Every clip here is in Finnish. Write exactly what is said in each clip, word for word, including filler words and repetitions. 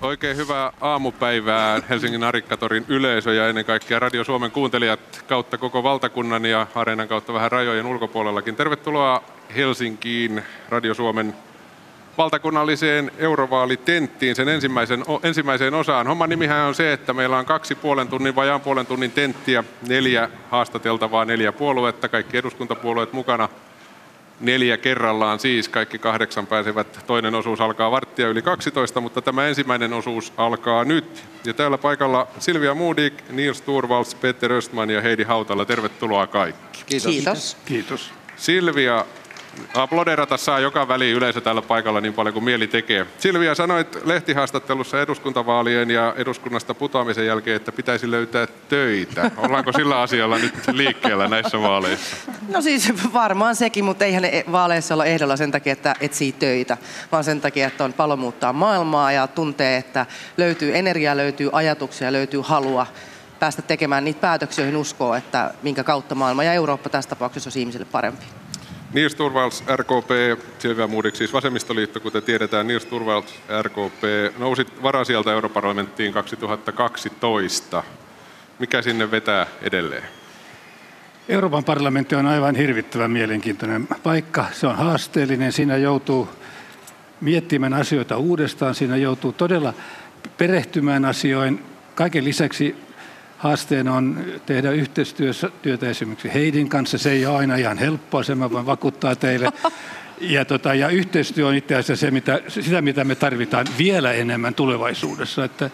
Oikein hyvää aamupäivää Helsingin Arikkatorin yleisö ja ennen kaikkea Radio Suomen kuuntelijat kautta koko valtakunnan ja Areenan kautta vähän rajojen ulkopuolellakin. Tervetuloa Helsinkiin Radio Suomen valtakunnalliseen eurovaalitenttiin, sen ensimmäisen, ensimmäiseen osaan. Homman nimihän on se, että meillä on kaksi puolen tunnin, vajaan puolen tunnin tenttiä, neljä haastateltavaa, neljä puoluetta, kaikki eduskuntapuolueet mukana. Neljä kerrallaan siis, kaikki kahdeksan pääsevät. Toinen osuus alkaa varttia yli kaksitoista, mutta tämä ensimmäinen osuus alkaa nyt. Ja täällä paikalla Silvia Modig, Niels Torvalds, Peter Östman ja Heidi Hautala. Tervetuloa kaikki. Kiitos. Kiitos. Kiitos. Silvia, aplodeerata saa joka väli yleisö täällä paikalla niin paljon kuin mieli tekee. Silvia, sanoit lehtihaastattelussa eduskuntavaalien ja eduskunnasta putoamisen jälkeen, että pitäisi löytää töitä. Ollaanko sillä asialla nyt liikkeellä näissä vaaleissa? No siis varmaan sekin, mutta eihän ne vaaleissa olla ehdolla sen takia, että etsii töitä, vaan sen takia, että on palo muuttaa maailmaa ja tuntee, että löytyy energiaa, löytyy ajatuksia, löytyy halua päästä tekemään niitä päätöksiä, joihin uskoo, että minkä kautta maailma ja Eurooppa tässä tapauksessa olisi ihmisille parempi. Niels Torvalds, R K P, Silvia Modig, siis vasemmistoliitto, kuten tiedetään. Niels Torvalds, R K P, nousit varasijalta europarlamenttiin kaksituhattakaksitoista. Mikä sinne vetää edelleen? Euroopan parlamentti on aivan hirvittävän mielenkiintoinen paikka. Se on haasteellinen, siinä joutuu miettimään asioita uudestaan, siinä joutuu todella perehtymään asioihin. Kaiken lisäksi haasteena on tehdä yhteistyötä esimerkiksi Heidin kanssa. Se ei ole aina ihan helppoa, sen mä voin vakuuttaa teille. Ja, tota, ja yhteistyö on itse asiassa se, mitä, sitä, mitä me tarvitaan vielä enemmän tulevaisuudessa. Että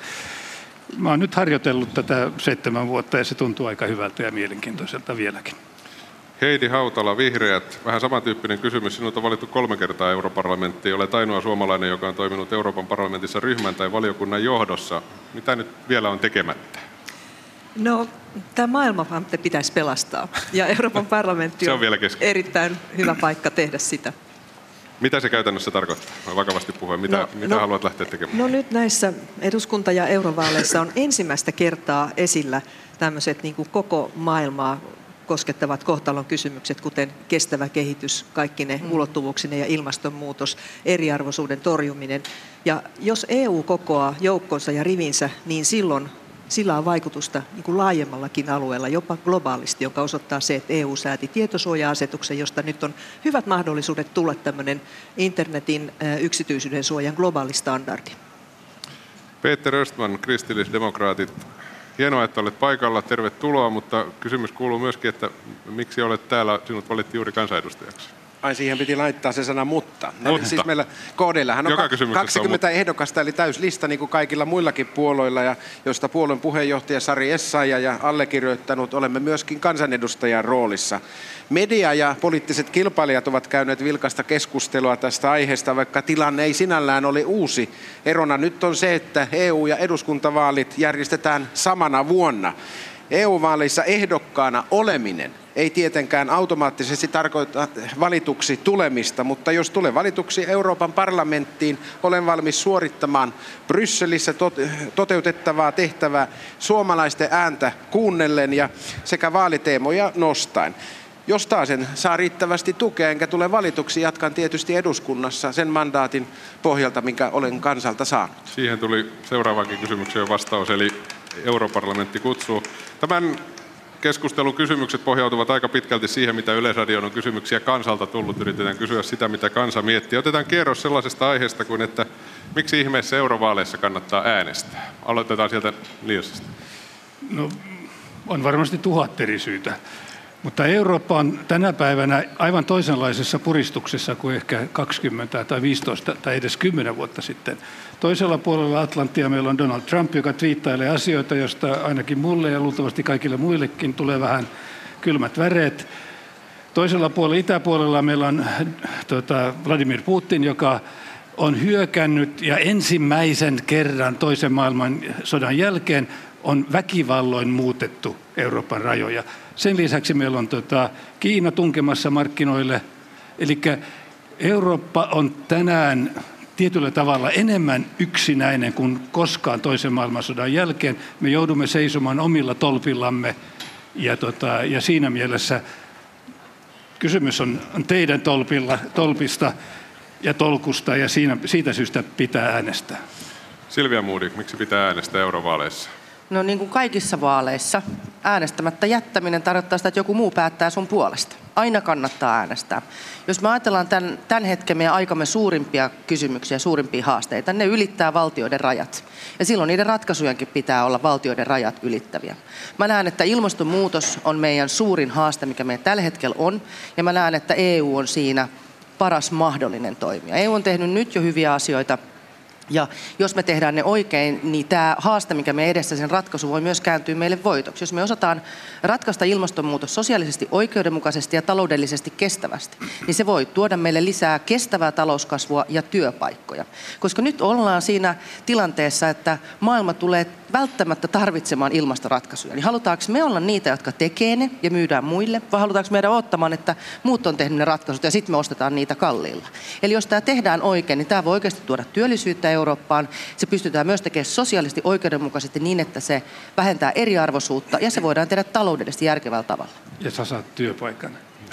mä oon nyt harjoitellut tätä seitsemän vuotta ja se tuntuu aika hyvältä ja mielenkiintoiselta vieläkin. Heidi Hautala, Vihreät. Vähän samantyyppinen kysymys. Sinut on valittu kolme kertaa europarlamenttiin. Olet ainoa suomalainen, joka on toiminut Euroopan parlamentissa ryhmän tai valiokunnan johdossa. Mitä nyt vielä on tekemättä? No, tämä maailma pitäisi pelastaa ja Euroopan parlamentti on, on vielä erittäin hyvä paikka tehdä sitä. Mitä se käytännössä tarkoittaa? Mä vakavasti puhuen. Mitä, no, mitä no, haluat lähteä tekemään? No nyt näissä eduskunta- ja eurovaaleissa on ensimmäistä kertaa esillä tämmöiset niin kuin koko maailmaa koskettavat kohtalon kysymykset, kuten kestävä kehitys, kaikki ne mm. ulottuvuuksine ja ilmastonmuutos, eriarvoisuuden torjuminen. Ja jos E U kokoaa joukkonsa ja rivinsä, niin silloin sillä on vaikutusta niin kuin laajemmallakin alueella, jopa globaalisti, joka osoittaa se, että E U sääti tietosuoja-asetuksen, josta nyt on hyvät mahdollisuudet tulla tämmöinen internetin yksityisyyden suojan globaali standardi. Peter Östman, kristillisdemokraatit. Hienoa, että olet paikalla. Tervetuloa, mutta kysymys kuuluu myöskin, että miksi olet täällä? Sinut valittiin juuri kansanedustajaksi. Ai siihen piti laittaa se sana mutta. mutta. Siis meillä K D:llähän on kaksikymmentä on ehdokasta, eli täyslista niin kuin kaikilla muillakin puolueilla, ja josta puolueen puheenjohtaja Sari Essayah ja allekirjoittanut olemme myöskin kansanedustajan roolissa. Media ja poliittiset kilpailijat ovat käyneet vilkasta keskustelua tästä aiheesta, vaikka tilanne ei sinällään ole uusi. Erona nyt on se, että E U- ja eduskuntavaalit järjestetään samana vuonna. E U-vaaleissa ehdokkaana oleminen ei tietenkään automaattisesti tarkoita valituksi tulemista, mutta jos tulee valituksi Euroopan parlamenttiin, olen valmis suorittamaan Brysselissä toteutettavaa tehtävää suomalaisten ääntä kuunnellen ja sekä vaaliteemoja nostaen. Jos taas en saa riittävästi tukea enkä tule valituksi, jatkan tietysti eduskunnassa sen mandaatin pohjalta, minkä olen kansalta saanut. Siihen tuli seuraavaankin kysymykseen vastaus, eli europarlamentti kutsuu. Tämän keskustelun kysymykset pohjautuvat aika pitkälti siihen, mitä Yleisradion on kysymyksiä kansalta tullut. Yritetään kysyä sitä, mitä kansa miettii. Otetaan kierros sellaisesta aiheesta kuin, että miksi ihmeessä eurovaaleissa kannattaa äänestää? Aloitetaan sieltä Nielsistä. No, on varmasti tuhat eri syytä. Mutta Eurooppa on tänä päivänä aivan toisenlaisessa puristuksessa kuin ehkä kaksikymmentä tai viisitoista tai edes kymmenen vuotta sitten. Toisella puolella Atlanttia meillä on Donald Trump, joka twiittailee asioita, josta ainakin mulle ja luultavasti kaikille muillekin tulee vähän kylmät väreet. Toisella puolella, itäpuolella meillä on tota, Vladimir Putin, joka on hyökännyt ja ensimmäisen kerran toisen maailmansodan jälkeen on väkivalloin muutettu Euroopan rajoja. Sen lisäksi meillä on tota, Kiina tunkemassa markkinoille. Eli Eurooppa on tänään tietyllä tavalla enemmän yksinäinen kuin koskaan toisen maailmansodan jälkeen. Me joudumme seisomaan omilla tolpillamme ja, tota, ja siinä mielessä kysymys on, on teidän tolpilla, tolpista ja tolkusta ja siinä, siitä syystä pitää äänestää. Silvia Modig, miksi pitää äänestää eurovaaleissa? No niin kuin kaikissa vaaleissa, äänestämättä jättäminen tarkoittaa sitä, että joku muu päättää sun puolesta. Aina kannattaa äänestää. Jos me ajatellaan tämän, tämän hetken meidän aikamme suurimpia kysymyksiä, suurimpia haasteita, ne ylittää valtioiden rajat. Ja silloin niiden ratkaisujenkin pitää olla valtioiden rajat ylittäviä. Mä näen, että ilmastonmuutos on meidän suurin haaste, mikä meillä tällä hetkellä on. Ja mä näen, että E U on siinä paras mahdollinen toimija. E U on tehnyt nyt jo hyviä asioita. Ja jos me tehdään ne oikein, niin tämä haaste, mikä me edessä, sen ratkaisu voi myös kääntyä meille voitoksi. Jos me osataan ratkaista ilmastonmuutos sosiaalisesti oikeudenmukaisesti ja taloudellisesti kestävästi, niin se voi tuoda meille lisää kestävää talouskasvua ja työpaikkoja. Koska nyt ollaan siinä tilanteessa, että maailma tulee välttämättä tarvitsemaan ilmastoratkaisuja. Niin halutaanko me olla niitä, jotka tekee ne ja myydään muille, vai halutaanko meidän odottamaan, että muut on tehnyt ne ratkaisut ja sitten me ostetaan niitä kalliilla. Eli jos tämä tehdään oikein, niin tämä voi oikeasti tuoda työllisyyttä Eurooppaan. Se pystytään myös tekemään sosiaalisesti oikeudenmukaisesti niin, että se vähentää eriarvoisuutta ja se voidaan tehdä taloudellisesti järkevällä tavalla. Ja sä saat työpaikan.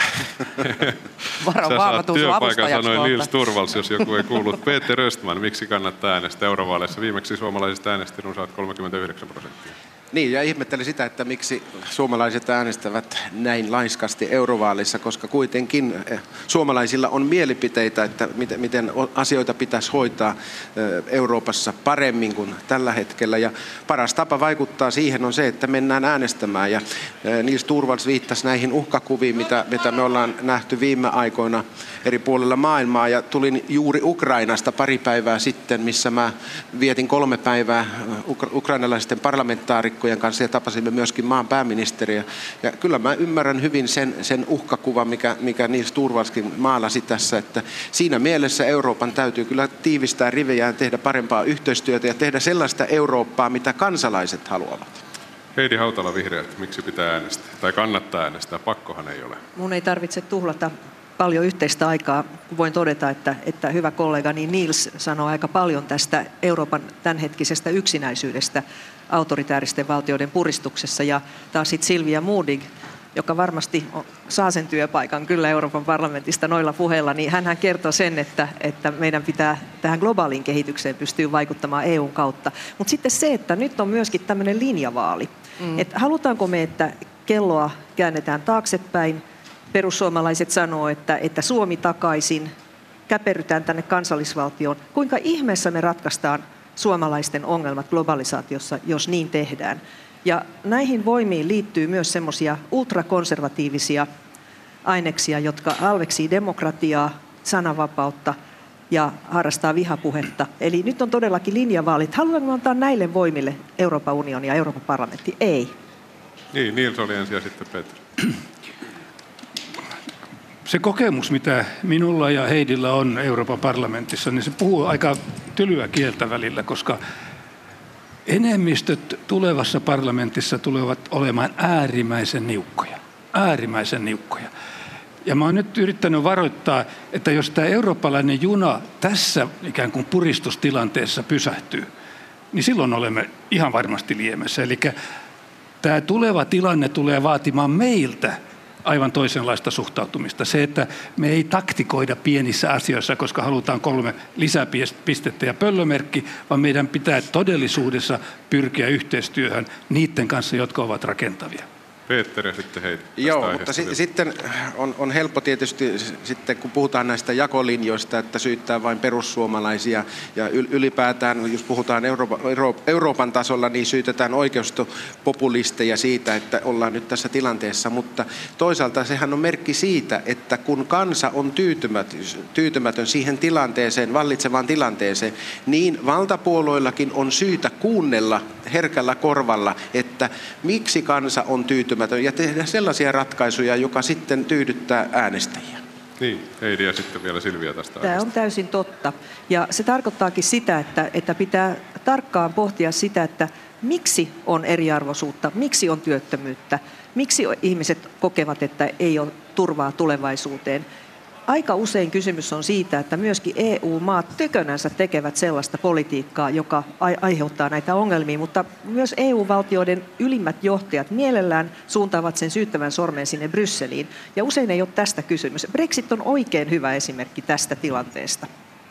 Varo vaan, mä tuun sun avustajaksi. Sanoi Nils Torvalds, jos joku ei kuullut. Peter Östman, miksi kannattaa äänestää eurovaaleissa? Viimeksi suomalaisista äänesti runsaat kolmekymmentäyhdeksän prosenttia. Niin, ja ihmettelin sitä, että miksi suomalaiset äänestävät näin laiskasti eurovaalissa, koska kuitenkin suomalaisilla on mielipiteitä, että miten, miten asioita pitäisi hoitaa Euroopassa paremmin kuin tällä hetkellä. Ja paras tapa vaikuttaa siihen on se, että mennään äänestämään. Ja Nils Torvalds viittasi näihin uhkakuviin, mitä, mitä me ollaan nähty viime aikoina eri puolilla maailmaa. Ja tulin juuri Ukrainasta pari päivää sitten, missä mä vietin kolme päivää ukrainalaisten parlamentaarikkojen kanssa ja tapasimme myöskin maan pääministeriä. Ja kyllä mä ymmärrän hyvin sen, sen uhkakuvan, mikä, mikä Nils Torvaldskin maalasi tässä, että siinä mielessä Euroopan täytyy kyllä tiivistää rivejään, tehdä parempaa yhteistyötä ja tehdä sellaista Eurooppaa, mitä kansalaiset haluavat. Heidi Hautala, Vihreät, miksi pitää äänestää? Tai kannattaa äänestää? Pakkohan ei ole. Mun ei tarvitse tuhlata paljon yhteistä aikaa. Voin todeta, että, että hyvä kollegani Nils sanoo aika paljon tästä Euroopan tämänhetkisestä yksinäisyydestä autoritääristen valtioiden puristuksessa. Ja taas sitten Silvia Modig, joka varmasti saa sen työpaikan kyllä Euroopan parlamentista noilla puheilla, niin hänhän kertoo sen, että, että meidän pitää tähän globaaliin kehitykseen pystyä vaikuttamaan E U:n kautta. Mutta sitten se, että nyt on myöskin tämmöinen linjavaali. Mm. Että halutaanko me, että kelloa käännetään taaksepäin, perussuomalaiset sanoo, että, että Suomi takaisin, käperrytään tänne kansallisvaltioon. Kuinka ihmeessä me ratkaistaan suomalaisten ongelmat globalisaatiossa, jos niin tehdään? Ja näihin voimiin liittyy myös semmoisia ultrakonservatiivisia aineksia, jotka halveksii demokratiaa, sananvapautta ja harrastaa vihapuhetta. Eli nyt on todellakin linjavaalit. Haluamme antaa näille voimille Euroopan unioni ja Euroopan parlamentti? Ei. Niin, Nils oli ensin ja sitten Peter. Se kokemus, mitä minulla ja Heidillä on Euroopan parlamentissa, niin se puhuu aika tylyä kieltä välillä, koska enemmistöt tulevassa parlamentissa tulevat olemaan äärimmäisen niukkoja. Äärimmäisen niukkoja. Ja mä oon nyt yrittänyt varoittaa, että jos tämä eurooppalainen juna tässä ikään kuin puristustilanteessa pysähtyy, niin silloin olemme ihan varmasti liemessä. Eli tämä tuleva tilanne tulee vaatimaan meiltä aivan toisenlaista suhtautumista. Se, että me ei taktikoida pienissä asioissa, koska halutaan kolme lisäpistettä ja pöllömerkki, vaan meidän pitää todellisuudessa pyrkiä yhteistyöhön niiden kanssa, jotka ovat rakentavia. Peter ja sitten Heidi. Joo, mutta si- sitten on, on helppo tietysti sitten, kun puhutaan näistä jakolinjoista, että syyttää vain perussuomalaisia ja ylipäätään, jos puhutaan Euroopan, Euroopan tasolla, niin syytetään oikeistopopulisteja siitä, että ollaan nyt tässä tilanteessa, mutta toisaalta sehän on merkki siitä, että kun kansa on tyytymätön, tyytymätön siihen tilanteeseen, vallitsevaan tilanteeseen, niin valtapuolueillakin on syytä kuunnella herkällä korvalla, että miksi kansa on tyytymätön ja tehdä sellaisia ratkaisuja, joka sitten tyydyttää äänestäjiä. Niin, Heidi ja sitten vielä Silvia tästä. Tämä on täysin totta. Ja se tarkoittaakin sitä, että, että pitää tarkkaan pohtia sitä, että miksi on eriarvoisuutta, miksi on työttömyyttä, miksi ihmiset kokevat, että ei ole turvaa tulevaisuuteen. Aika usein kysymys on siitä, että myöskin E U-maat tykönänsä tekevät sellaista politiikkaa, joka aiheuttaa näitä ongelmia, mutta myös E U-valtioiden ylimmät johtajat mielellään suuntaavat sen syyttävän sormen sinne Brysseliin. Ja usein ei ole tästä kysymys. Brexit on oikein hyvä esimerkki tästä tilanteesta.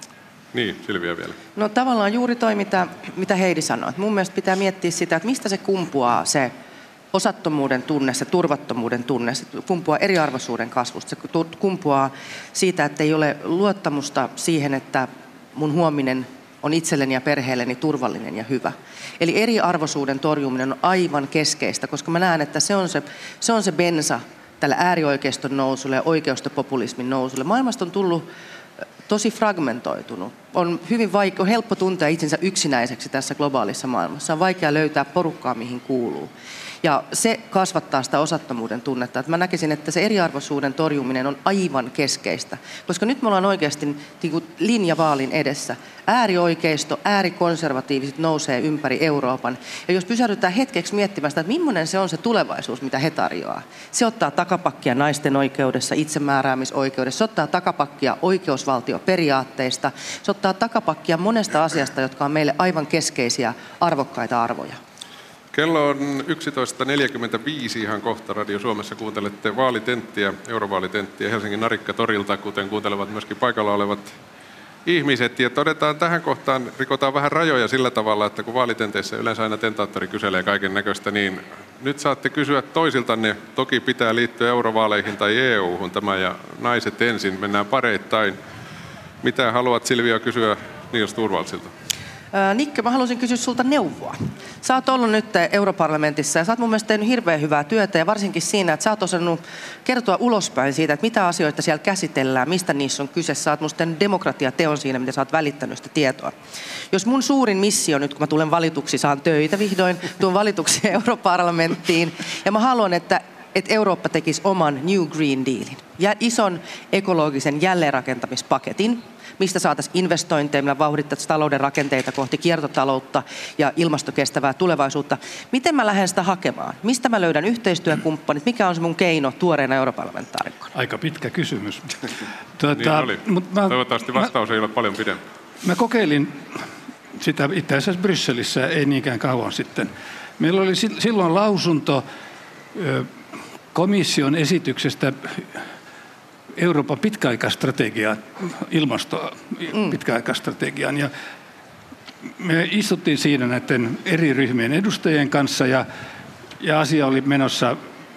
Niin, Silvia vielä. No tavallaan juuri toi, mitä, mitä Heidi sanoi. Mun mielestä pitää miettiä sitä, että mistä se kumpuaa se osattomuuden tunne, se turvattomuuden tunne, se kumpuaa eriarvoisuuden kasvusta, se kumpuaa siitä, että ei ole luottamusta siihen, että mun huominen on itselleni ja perheelleni turvallinen ja hyvä. Eli eriarvoisuuden torjuminen on aivan keskeistä, koska mä näen, että se on se, se, on se bensa tällä äärioikeiston nousulle ja oikeistopopulismin nousulle. Maailmasta on tullut tosi fragmentoitunut. On hyvin vaikea, on helppo tuntea itsensä yksinäiseksi tässä globaalissa maailmassa. On vaikea löytää porukkaa, mihin kuuluu. Ja se kasvattaa sitä osattomuuden tunnetta. Että mä näkisin, että se eriarvoisuuden torjuminen on aivan keskeistä. Koska nyt me ollaan oikeasti niin kuin linjavaalin edessä. Äärioikeisto, äärikonservatiiviset nousee ympäri Euroopan. Ja jos pysähdytään hetkeksi miettimään sitä, että millainen se on se tulevaisuus, mitä he tarjoaa. Se ottaa takapakkia naisten oikeudessa, itsemääräämisoikeudessa. Se ottaa takapakkia oikeusvaltioperiaatteista. Se ottaa takapakkia monesta asiasta, jotka on meille aivan keskeisiä, arvokkaita arvoja. Kello on yksitoista neljäkymmentäviisi ihan kohta. Radio Suomessa kuuntelette vaalitenttiä, eurovaalitenttiä Helsingin Narikkatorilta, kuten kuuntelevat myöskin paikalla olevat ihmiset. Ja todetaan tähän kohtaan, rikotaan vähän rajoja sillä tavalla, että kun vaalitenteissä yleensä aina tentaattori kyselee kaiken näköistä, niin nyt saatte kysyä toisiltanne. Toki pitää liittyä eurovaaleihin tai E U-hun tämä ja naiset ensin. Mennään pareittain. Mitä haluat, Silvia, kysyä Niels Torvaldsilta? Nikke, mä haluaisin kysyä sulta neuvoa. Sä oot ollut nyt europarlamentissa ja sä oot mun mielestä tehnyt hirveän hyvää työtä ja varsinkin siinä, että sä oot osannut kertoa ulospäin siitä, että mitä asioita siellä käsitellään, mistä niissä on kyse. Sä oot musta tehnyt demokratiateon siinä, miten sä oot välittänyt sitä tietoa. Jos mun suurin missio nyt, kun mä tulen valituksi, saan töitä vihdoin, tulen valituksi europarlamenttiin ja mä haluan, että että Eurooppa tekisi oman New Green Dealin ja ison ekologisen jälleenrakentamispaketin, mistä saataisiin investointeja, millä vauhdittaisiin talouden rakenteita kohti kiertotaloutta ja ilmastokestävää tulevaisuutta. Miten mä lähden sitä hakemaan? Mistä mä löydän yhteistyökumppanit? Mikä on se mun keino tuoreena europarlamentaarikkona? Aika pitkä kysymys. tuota, niin oli. Mut mä, Toivottavasti vastaus mä, ei ole paljon pidempi. Mä kokeilin sitä itse asiassa Brysselissä ei niinkään kauan sitten. Meillä oli silloin lausunto komission esityksestä Euroopan pitkäaikastrategiaa, ilmasto mm. pitkäaikastrategiaan. Ja me istuttiin siinä näiden eri ryhmien edustajien kanssa ja, ja asia oli menossa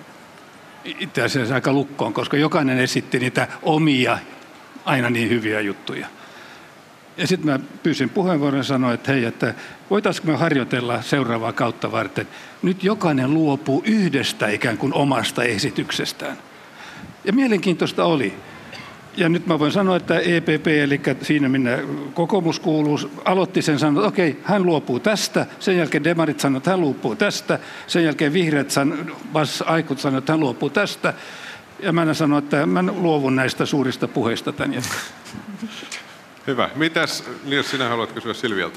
itse asiassa aika lukkoon, koska jokainen esitti niitä omia, aina niin hyviä juttuja. Ja sitten mä pyysin puheenvuoron ja sanoin, että hei, että voitaisiinko me harjoitella seuraavaa kautta varten. Nyt jokainen luopuu yhdestä ikään kuin omasta esityksestään. Ja mielenkiintoista oli. Ja nyt mä voin sanoa, että E P P, eli siinä minne kokoomus kuuluu, aloitti sen sanoa, että okei, hän luopuu tästä. Sen jälkeen demarit sanoi, että hän luopuu tästä. Sen jälkeen vihreät sanoi, Bas Aikut sanoi, että hän luopuu tästä. Ja mä sanoin, että mä luovun näistä suurista puheista tämän jälkeen. Hyvä. Mitäs, Niels, sinä haluat kysyä Silvialta?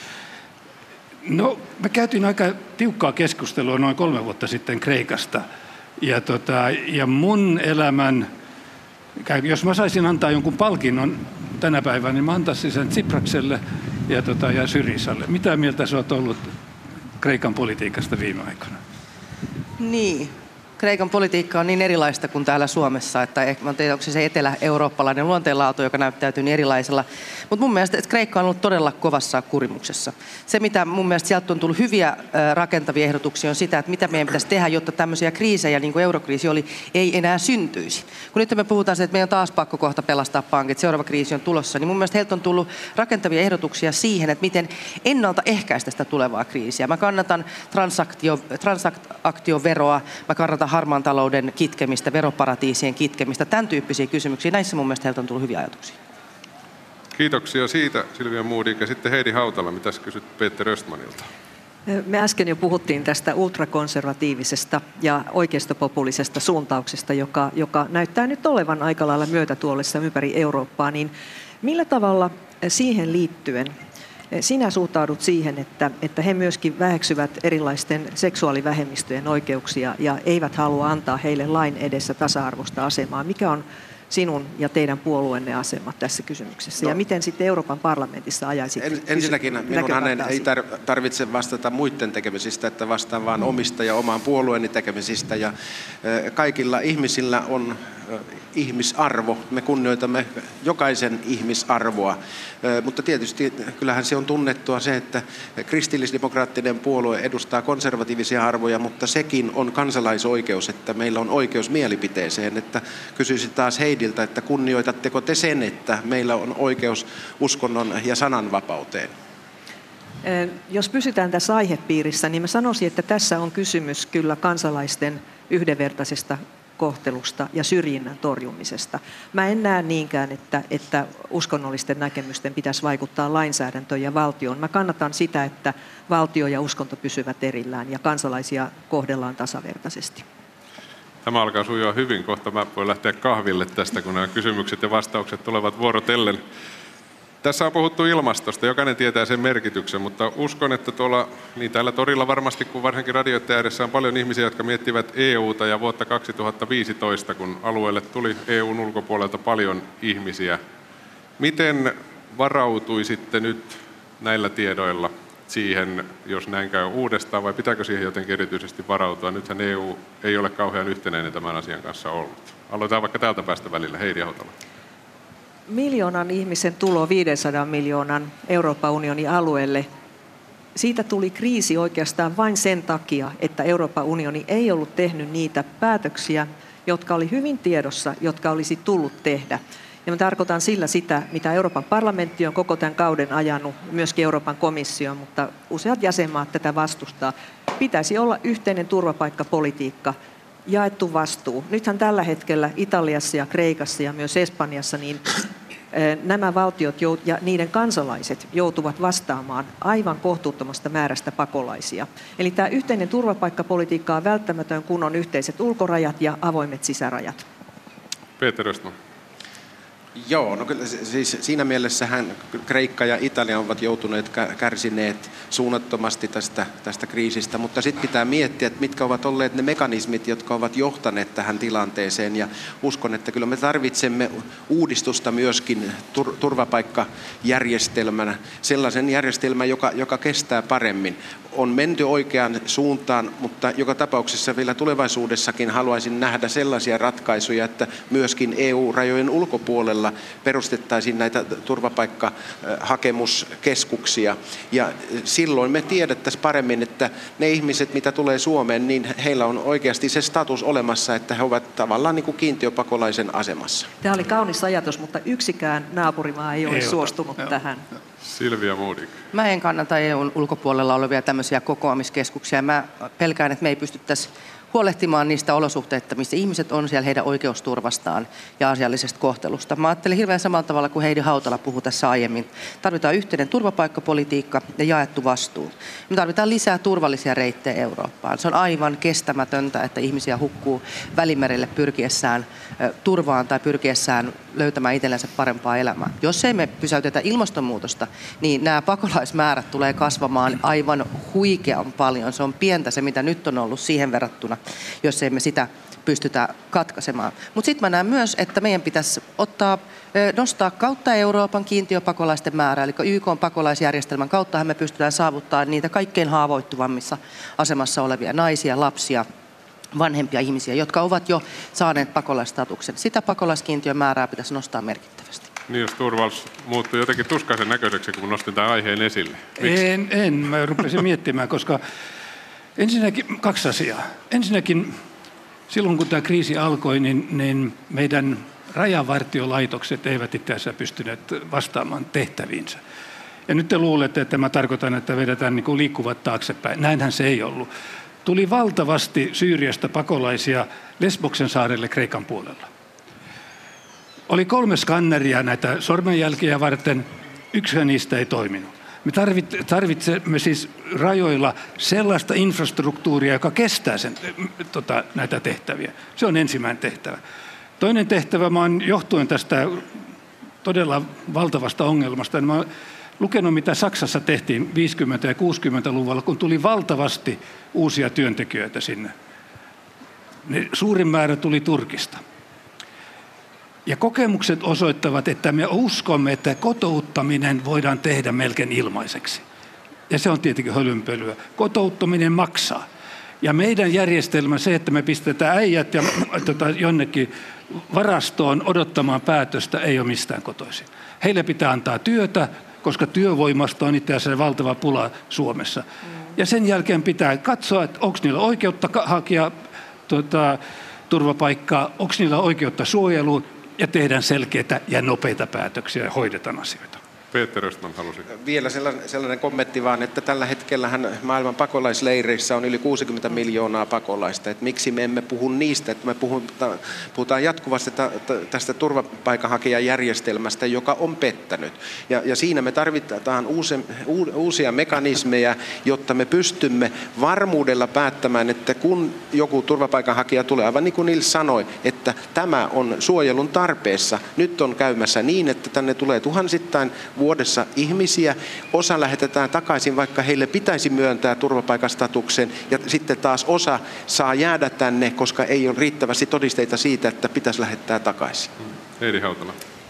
No, me käytiin aika tiukkaa keskustelua noin kolme vuotta sitten Kreikasta. Ja, tota, ja mun elämän, jos mä saisin antaa jonkun palkinnon tänä päivänä, niin mä antaisin sen Tsiprakselle ja, tota, ja Syrizalle. Mitä mieltä sä oot ollut Kreikan politiikasta viime aikoina? Niin. Kreikan politiikka on niin erilaista kuin täällä Suomessa, että ehkä, mä tiedän, onko se se etelä-eurooppalainen luonteenlaatu, joka näyttäytyy niin erilaisella. Mutta mun mielestä että Kreikka on ollut todella kovassa kurimuksessa. Se, mitä mun mielestä sieltä on tullut hyviä rakentavia ehdotuksia, on sitä, että mitä meidän pitäisi tehdä, jotta tämmöisiä kriisejä, niin kuin eurokriisi oli, ei enää syntyisi. Kun nyt me puhutaan, että meidän on taas pakko kohta pelastaa pankit, seuraava kriisi on tulossa, niin mun mielestä heiltä on tullut rakentavia ehdotuksia siihen, että miten ennaltaehkäistä sitä tulevaa kriisiä. Mä kannatan transaktio, transaktioveroa, mä kannatan harmaan talouden kitkemistä, veroparatiisien kitkemistä, tämän tyyppisiä kysymyksiä. Näissä mun mielestä heiltä on tullut hyviä ajatuksia. Kiitoksia siitä, Silvia Modig. Ja sitten Heidi Hautala, mitäs kysyt Peter Östmanilta? Me äsken jo puhuttiin tästä ultrakonservatiivisesta ja oikeistopopulisesta suuntauksesta, joka, joka näyttää nyt olevan aika lailla myötätuolessa ympäri Eurooppaa. Niin millä tavalla siihen liittyen sinä suhtaudut siihen, että, että he myöskin väheksyvät erilaisten seksuaalivähemmistöjen oikeuksia ja eivät halua antaa heille lain edessä tasa-arvoista asemaa? Mikä on sinun ja teidän puolueenne asema tässä kysymyksessä? No, ja miten sitten Euroopan parlamentissa ajaisit? En, ensinnäkin minunhan ei tarvitse vastata muiden tekemisistä, että vastaan vaan mm. omista ja oman puolueeni tekemisistä. Ja kaikilla ihmisillä on ihmisarvo. Me kunnioitamme jokaisen ihmisarvoa, mutta tietysti kyllähän se on tunnettua se, että kristillisdemokraattinen puolue edustaa konservatiivisia arvoja, mutta sekin on kansalaisoikeus, että meillä on oikeus mielipiteeseen. Että kysyisin taas Heidiltä, että kunnioitatteko te sen, että meillä on oikeus uskonnon ja sananvapauteen? Jos pysytään tässä aihepiirissä, niin mä sanoisin, että tässä on kysymys kyllä kansalaisten yhdenvertaisesta kohtelusta ja syrjinnän torjumisesta. Mä en näe niinkään, että, että uskonnollisten näkemysten pitäisi vaikuttaa lainsäädäntöön ja valtioon. Mä kannatan sitä, että valtio ja uskonto pysyvät erillään ja kansalaisia kohdellaan tasavertaisesti. Tämä alkaa sujua hyvin. Kohta mä voin lähteä kahville tästä, kun nämä kysymykset ja vastaukset tulevat vuorotellen. Tässä on puhuttu ilmastosta, jokainen tietää sen merkityksen, mutta uskon, että tuolla niin täällä torilla varmasti, kun varsinkin radioiden ääressä on paljon ihmisiä, jotka miettivät E U:ta ja vuotta kaksituhattaviisitoista, kun alueelle tuli E U:n ulkopuolelta paljon ihmisiä. Miten varautuisitte nyt näillä tiedoilla siihen, jos näin käy uudestaan, vai pitääkö siihen jotenkin erityisesti varautua? Nythän E U ei ole kauhean yhtenäinen tämän asian kanssa ollut. Aloitetaan vaikka täältä päästä välillä. Heidi Hautala. Miljoonan ihmisen tulo viisisataa miljoonan Euroopan unionin alueelle. Siitä tuli kriisi oikeastaan vain sen takia, että Euroopan unioni ei ollut tehnyt niitä päätöksiä, jotka oli hyvin tiedossa, jotka olisi tullut tehdä. Ja mä tarkoitan sillä sitä, mitä Euroopan parlamentti on koko tämän kauden ajanut, myöskin Euroopan komissio, mutta useat jäsenmaat tätä vastustaa. Pitäisi olla yhteinen turvapaikkapolitiikka, jaettu vastuu. Nythän tällä hetkellä Italiassa ja Kreikassa ja myös Espanjassa niin nämä valtiot ja niiden kansalaiset joutuvat vastaamaan aivan kohtuuttomasta määrästä pakolaisia. Eli tämä yhteinen turvapaikkapolitiikka on välttämätön, kun on yhteiset ulkorajat ja avoimet sisärajat. Peter Östman. Joo, no kyllä siis siinä mielessähän Kreikka ja Italia ovat joutuneet kärsineet suunnattomasti tästä, tästä kriisistä, mutta sitten pitää miettiä, että mitkä ovat olleet ne mekanismit, jotka ovat johtaneet tähän tilanteeseen, ja uskon, että kyllä me tarvitsemme uudistusta myöskin tur, turvapaikkajärjestelmänä, sellaisen järjestelmän, joka, joka kestää paremmin. On menty oikeaan suuntaan, mutta joka tapauksessa vielä tulevaisuudessakin haluaisin nähdä sellaisia ratkaisuja, että myöskin E U-rajojen ulkopuolella perustettaisiin näitä turvapaikkahakemuskeskuksia. Ja silloin me tiedettäisiin paremmin, että ne ihmiset, mitä tulee Suomeen, niin heillä on oikeasti se status olemassa, että he ovat tavallaan niin kuin kiintiöpakolaisen asemassa. Tämä oli kaunis ajatus, mutta yksikään naapurimaa ei ole ei suostunut ota. tähän. Silvia Modig. Mä en kannata E U:n ulkopuolella olevia tämmöisiä kokoamiskeskuksia. Mä pelkään, että me ei pystyttäisi huolehtimaan niistä olosuhteista, missä ihmiset on siellä heidän oikeusturvastaan ja asiallisesta kohtelusta. Mä ajattelin hirveän samalla tavalla kuin Heidi Hautala puhui tässä aiemmin. Tarvitaan yhteinen turvapaikkapolitiikka ja jaettu vastuu. Me tarvitaan lisää turvallisia reittejä Eurooppaan. Se on aivan kestämätöntä, että ihmisiä hukkuu Välimerelle pyrkiessään turvaan tai pyrkiessään löytämään itsellensä parempaa elämää. Jos ei me pysäytetä ilmastonmuutosta, niin nämä pakolaismäärät tulee kasvamaan aivan huikean paljon. Se on pientä se, mitä nyt on ollut siihen verrattuna, jos emme sitä pystytä katkaisemaan. Mutta sitten mä näen myös, että meidän pitäisi ottaa, nostaa kautta Euroopan kiintiöpakolaisten määrää, eli Y K:n pakolaisjärjestelmän kauttahan me pystytään saavuttamaan niitä kaikkein haavoittuvammissa asemassa olevia naisia, lapsia, vanhempia ihmisiä, jotka ovat jo saaneet pakolaistatuksen. Sitä pakolaiskiintiön määrää pitäisi nostaa merkittävästi. Niels Torvalds muuttui jotenkin tuskaisen näköiseksi, kun nostin tämän aiheen esille. Miksi? En, en. Mä rupesin miettimään, koska ensinnäkin kaksi asiaa. Ensinnäkin silloin, kun tämä kriisi alkoi, niin, niin meidän rajavartiolaitokset eivät itse asiassa pystyneet vastaamaan tehtäviinsä. Ja nyt te luulette, että mä tarkoitan, että vedetään niin kuin liikkuvat taaksepäin. Näinhän se ei ollut. Tuli valtavasti Syyriasta pakolaisia Lesboksen saarelle Kreikan puolella. Oli kolme skanneria näitä sormenjälkiä varten, yksi niistä ei toiminut. Me tarvitsemme siis rajoilla sellaista infrastruktuuria, joka kestää sen, tota, näitä tehtäviä. Se on ensimmäinen tehtävä. Toinen tehtävä, mä oon johtuen tästä todella valtavasta ongelmasta, niin mä oon lukenut, mitä Saksassa tehtiin viisikymmentä- ja kuusikymmentäluvulla, kun tuli valtavasti uusia työntekijöitä sinne. Ne suurin määrä tuli Turkista. Ja kokemukset osoittavat, että me uskomme, että kotouttaminen voidaan tehdä melkein ilmaiseksi. Ja se on tietenkin hölynpölyä. Kotouttaminen maksaa. Ja meidän järjestelmä, se, että me pistetään äijät ja tota, jonnekin varastoon odottamaan päätöstä, ei ole mistään kotoisin. Heille pitää antaa työtä, koska työvoimasta on itse asiassa valtava pula Suomessa. Ja sen jälkeen pitää katsoa, että onko niillä oikeutta hakea tuota, turvapaikkaa, onko niillä oikeutta suojeluun, ja tehdään selkeitä ja nopeita päätöksiä ja hoidetaan asioita. Peter Östman halusi. Vielä sellainen, sellainen kommentti vaan, että tällä hetkellähän maailman pakolaisleireissä on yli kuusikymmentä miljoonaa pakolaista. Että miksi me emme puhu niistä, että me puhutaan, puhutaan jatkuvasti tästä turvapaikanhakijajärjestelmästä, joka on pettänyt. Ja, ja siinä me tarvitaan uusi, uusia mekanismeja, jotta me pystymme varmuudella päättämään, että kun joku turvapaikanhakija tulee, aivan niin kuin Nils sanoi, että tämä on suojelun tarpeessa. Nyt on käymässä niin, että tänne tulee tuhansittain vuodessa ihmisiä, osa lähetetään takaisin, vaikka heille pitäisi myöntää turvapaikastatuksen, ja sitten taas osa saa jäädä tänne, koska ei ole riittävästi todisteita siitä, että pitäisi lähettää takaisin. Heidi Hautala.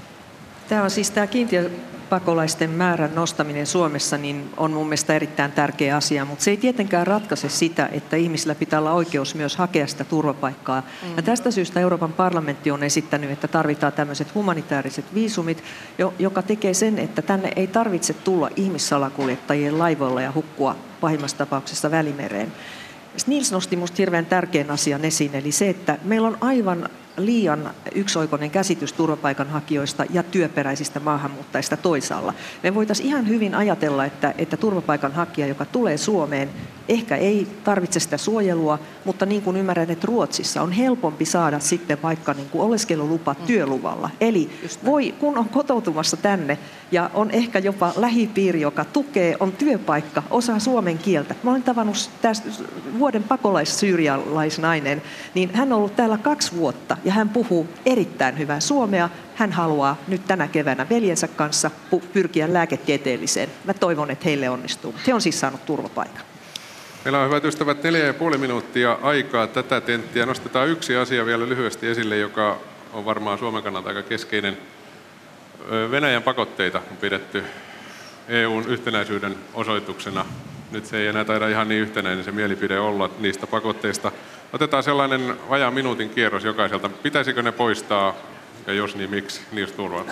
Tämä on siis tämä kiintiöpakolaisten määrän nostaminen Suomessa niin on mun mielestä erittäin tärkeä asia, mutta se ei tietenkään ratkaise sitä, että ihmisillä pitää olla oikeus myös hakea sitä turvapaikkaa. Mm. Ja tästä syystä Euroopan parlamentti on esittänyt, että tarvitaan tämmöiset humanitaariset viisumit, joka tekee sen, että tänne ei tarvitse tulla ihmissalakuljettajien laivoilla ja hukkua pahimmassa tapauksessa Välimereen. Nils nosti minusta hirveän tärkeän asian esiin, eli se, että meillä on aivan liian yksioikoinen käsitys turvapaikanhakijoista ja työperäisistä maahanmuuttajista toisaalla. Me voitaisiin ihan hyvin ajatella, että, että turvapaikanhakija, joka tulee Suomeen, ehkä ei tarvitse sitä suojelua, mutta niin kuin ymmärrän, että Ruotsissa on helpompi saada sitten vaikka niin kuin oleskelulupa työluvalla. Eli voi, kun on kotoutumassa tänne ja on ehkä jopa lähipiiri, joka tukee, on työpaikka, osaa suomen kieltä. Mä olen tavannut tästä vuoden pakolais-syyrialaisnainen, niin hän on ollut täällä kaksi vuotta ja hän puhuu erittäin hyvää suomea. Hän haluaa nyt tänä keväänä veljensä kanssa pyrkiä lääketieteelliseen. Mä toivon, että heille onnistuu. He on siis saanut turvapaikan. Meillä on, hyvät ystävät, neljä ja puoli minuuttia aikaa tätä tenttiä. Nostetaan yksi asia vielä lyhyesti esille, joka on varmaan Suomen kannalta aika keskeinen. Venäjän pakotteita on pidetty E U:n yhtenäisyyden osoituksena. Nyt se ei enää taida ihan niin yhtenäinen se mielipide olla niistä pakotteista. Otetaan sellainen vajaan minuutin kierros jokaiselta. Pitäisikö ne poistaa, ja jos niin miksi? Nils Turval.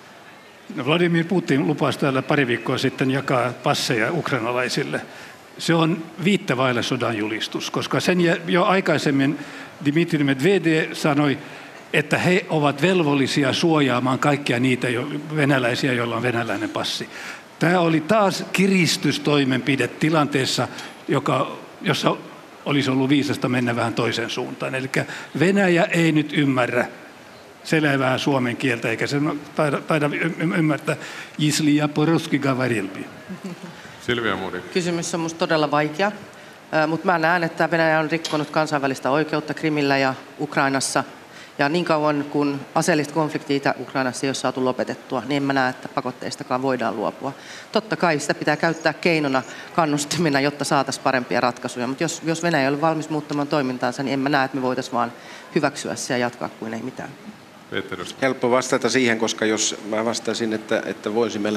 No, Vladimir Putin lupasi täällä pari viikkoa sitten jakaa passeja ukrainalaisille. Se on viittävailla sodan julistus, koska sen jo aikaisemmin Dmitri Medvedev sanoi, että he ovat velvollisia suojaamaan kaikkia niitä venäläisiä, joilla on venäläinen passi. Tämä oli taas kiristystoimenpide tilanteessa, joka, jossa olisi ollut viisasta mennä vähän toiseen suuntaan. Eli Venäjä ei nyt ymmärrä selvää suomen kieltä, eikä se taida, taida ymmärtää Jisli ja Poroski Gavarilbi. Silvia Modig. Kysymys on minusta todella vaikea, mutta mä näen, että Venäjä on rikkonut kansainvälistä oikeutta Krimillä ja Ukrainassa. Ja niin kauan kun aseellista konfliktia Ukrainassa ei ole saatu lopetettua, niin en mä näe, että pakotteistakaan voidaan luopua. Totta kai sitä pitää käyttää keinona kannustimena, jotta saataisiin parempia ratkaisuja. Mutta jos, jos Venäjä ei ole valmis muuttamaan toimintaansa, niin en mä näe, että me voitaisiin vaan hyväksyä se ja jatkaa kuin ei mitään. Helppo vastata siihen, koska jos mä vastaisin, että, että voisimme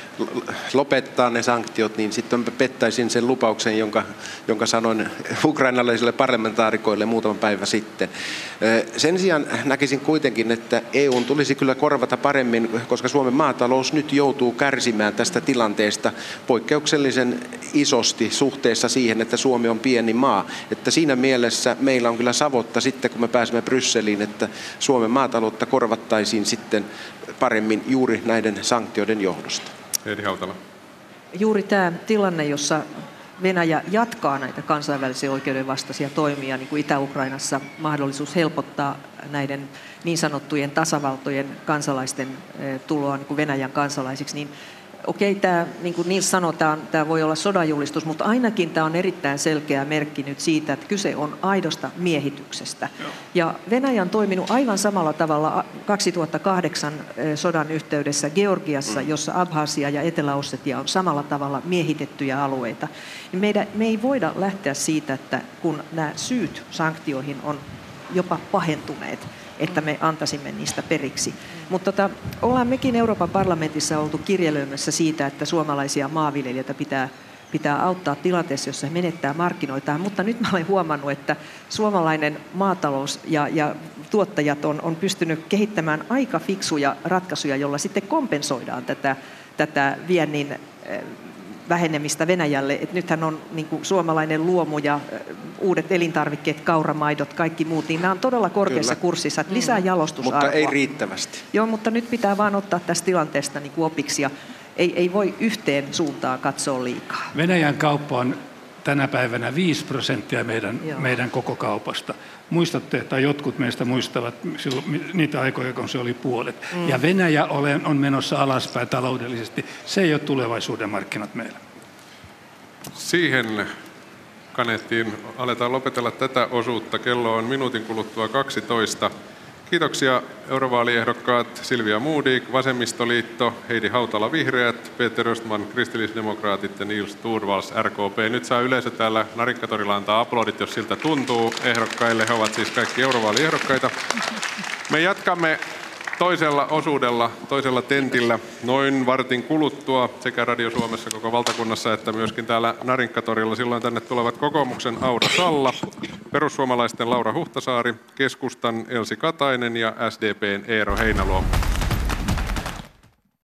lopettaa ne sanktiot, niin sitten pettäisin sen lupauksen, jonka, jonka sanoin ukrainalaisille parlamentaarikoille muutama päivä sitten. Sen sijaan näkisin kuitenkin, että E U:n tulisi kyllä korvata paremmin, koska Suomen maatalous nyt joutuu kärsimään tästä tilanteesta poikkeuksellisen isosti suhteessa siihen, että Suomi on pieni maa. Että siinä mielessä meillä on kyllä savotta sitten, kun me pääsemme Brysseliin, että Suomen maataloutta korvattaisiin sitten paremmin juuri näiden sanktioiden johdosta. Heidi Hautala. Juuri tämä tilanne, jossa Venäjä jatkaa näitä kansainvälisiä oikeuden vastaisia toimia, niin kuin Itä-Ukrainassa mahdollisuus helpottaa näiden niin sanottujen tasavaltojen kansalaisten tuloa niin kuin Venäjän kansalaisiksi, niin okei, tämä, niin kuin Nils sanoi, tämä, tämä voi olla sodanjulistus, mutta ainakin tämä on erittäin selkeä merkki nyt siitä, että kyse on aidosta miehityksestä. Joo. Ja Venäjä on toiminut aivan samalla tavalla kaksituhattakahdeksan sodan yhteydessä Georgiassa, mm. jossa Abhasia ja Etelä-Ossetia on samalla tavalla miehitettyjä alueita. Meidän, me ei voida lähteä siitä, että kun nämä syyt sanktioihin on jopa pahentuneet, että me antaisimme niistä periksi. Mutta tota, ollaan mekin Euroopan parlamentissa oltu kirjelöimässä siitä, että suomalaisia maanviljelijöitä pitää pitää auttaa tilanteessa, jossa he menettää markkinoitaan. Mutta nyt mä olen huomannut, että suomalainen maatalous ja, ja tuottajat on, on pystynyt kehittämään aika fiksuja ratkaisuja, jolla sitten kompensoidaan tätä, tätä viennin vähenemistä Venäjälle. Et nythän on niin kuin suomalainen luomu ja uudet elintarvikkeet, kauramaidot, kaikki muut, niin nämä on todella korkeassa Kyllä. kurssissa, että lisää jalostusarvoa. Mutta ei riittävästi. Joo, mutta nyt pitää vaan ottaa tästä tilanteesta niin kuin opiksi ja ei, ei voi yhteen suuntaan katsoa liikaa. Venäjän kauppa on tänä päivänä viisi prosenttia meidän, meidän koko kaupasta. Muistatte, tai jotkut meistä muistavat silloin, niitä aikoja, kun se oli puolet. Mm. Ja Venäjä on menossa alaspäin taloudellisesti. Se ei ole tulevaisuuden markkinat meillä. Siihen kanettiin. Aletaan lopetella tätä osuutta. Kello on minuutin kuluttua kaksitoista. Kiitoksia eurovaaliehdokkaat Silvia Modig, Vasemmistoliitto, Heidi Hautala Vihreät, Peter Östman Kristillisdemokraatit ja Niels Torvalds R K P. Nyt saa yleisö täällä Narikkatorilla antaa aplodit, jos siltä tuntuu ehdokkaille. He ovat siis kaikki eurovaaliehdokkaita. Me jatkamme toisella osuudella, toisella tentillä noin vartin kuluttua sekä Radio Suomessa koko valtakunnassa että myöskin täällä Narinkkatorilla. Silloin tänne tulevat kokoomuksen Aura Salla, perussuomalaisten Laura Huhtasaari, keskustan Elsi Katainen ja S D P:n Eero Heinäluoma.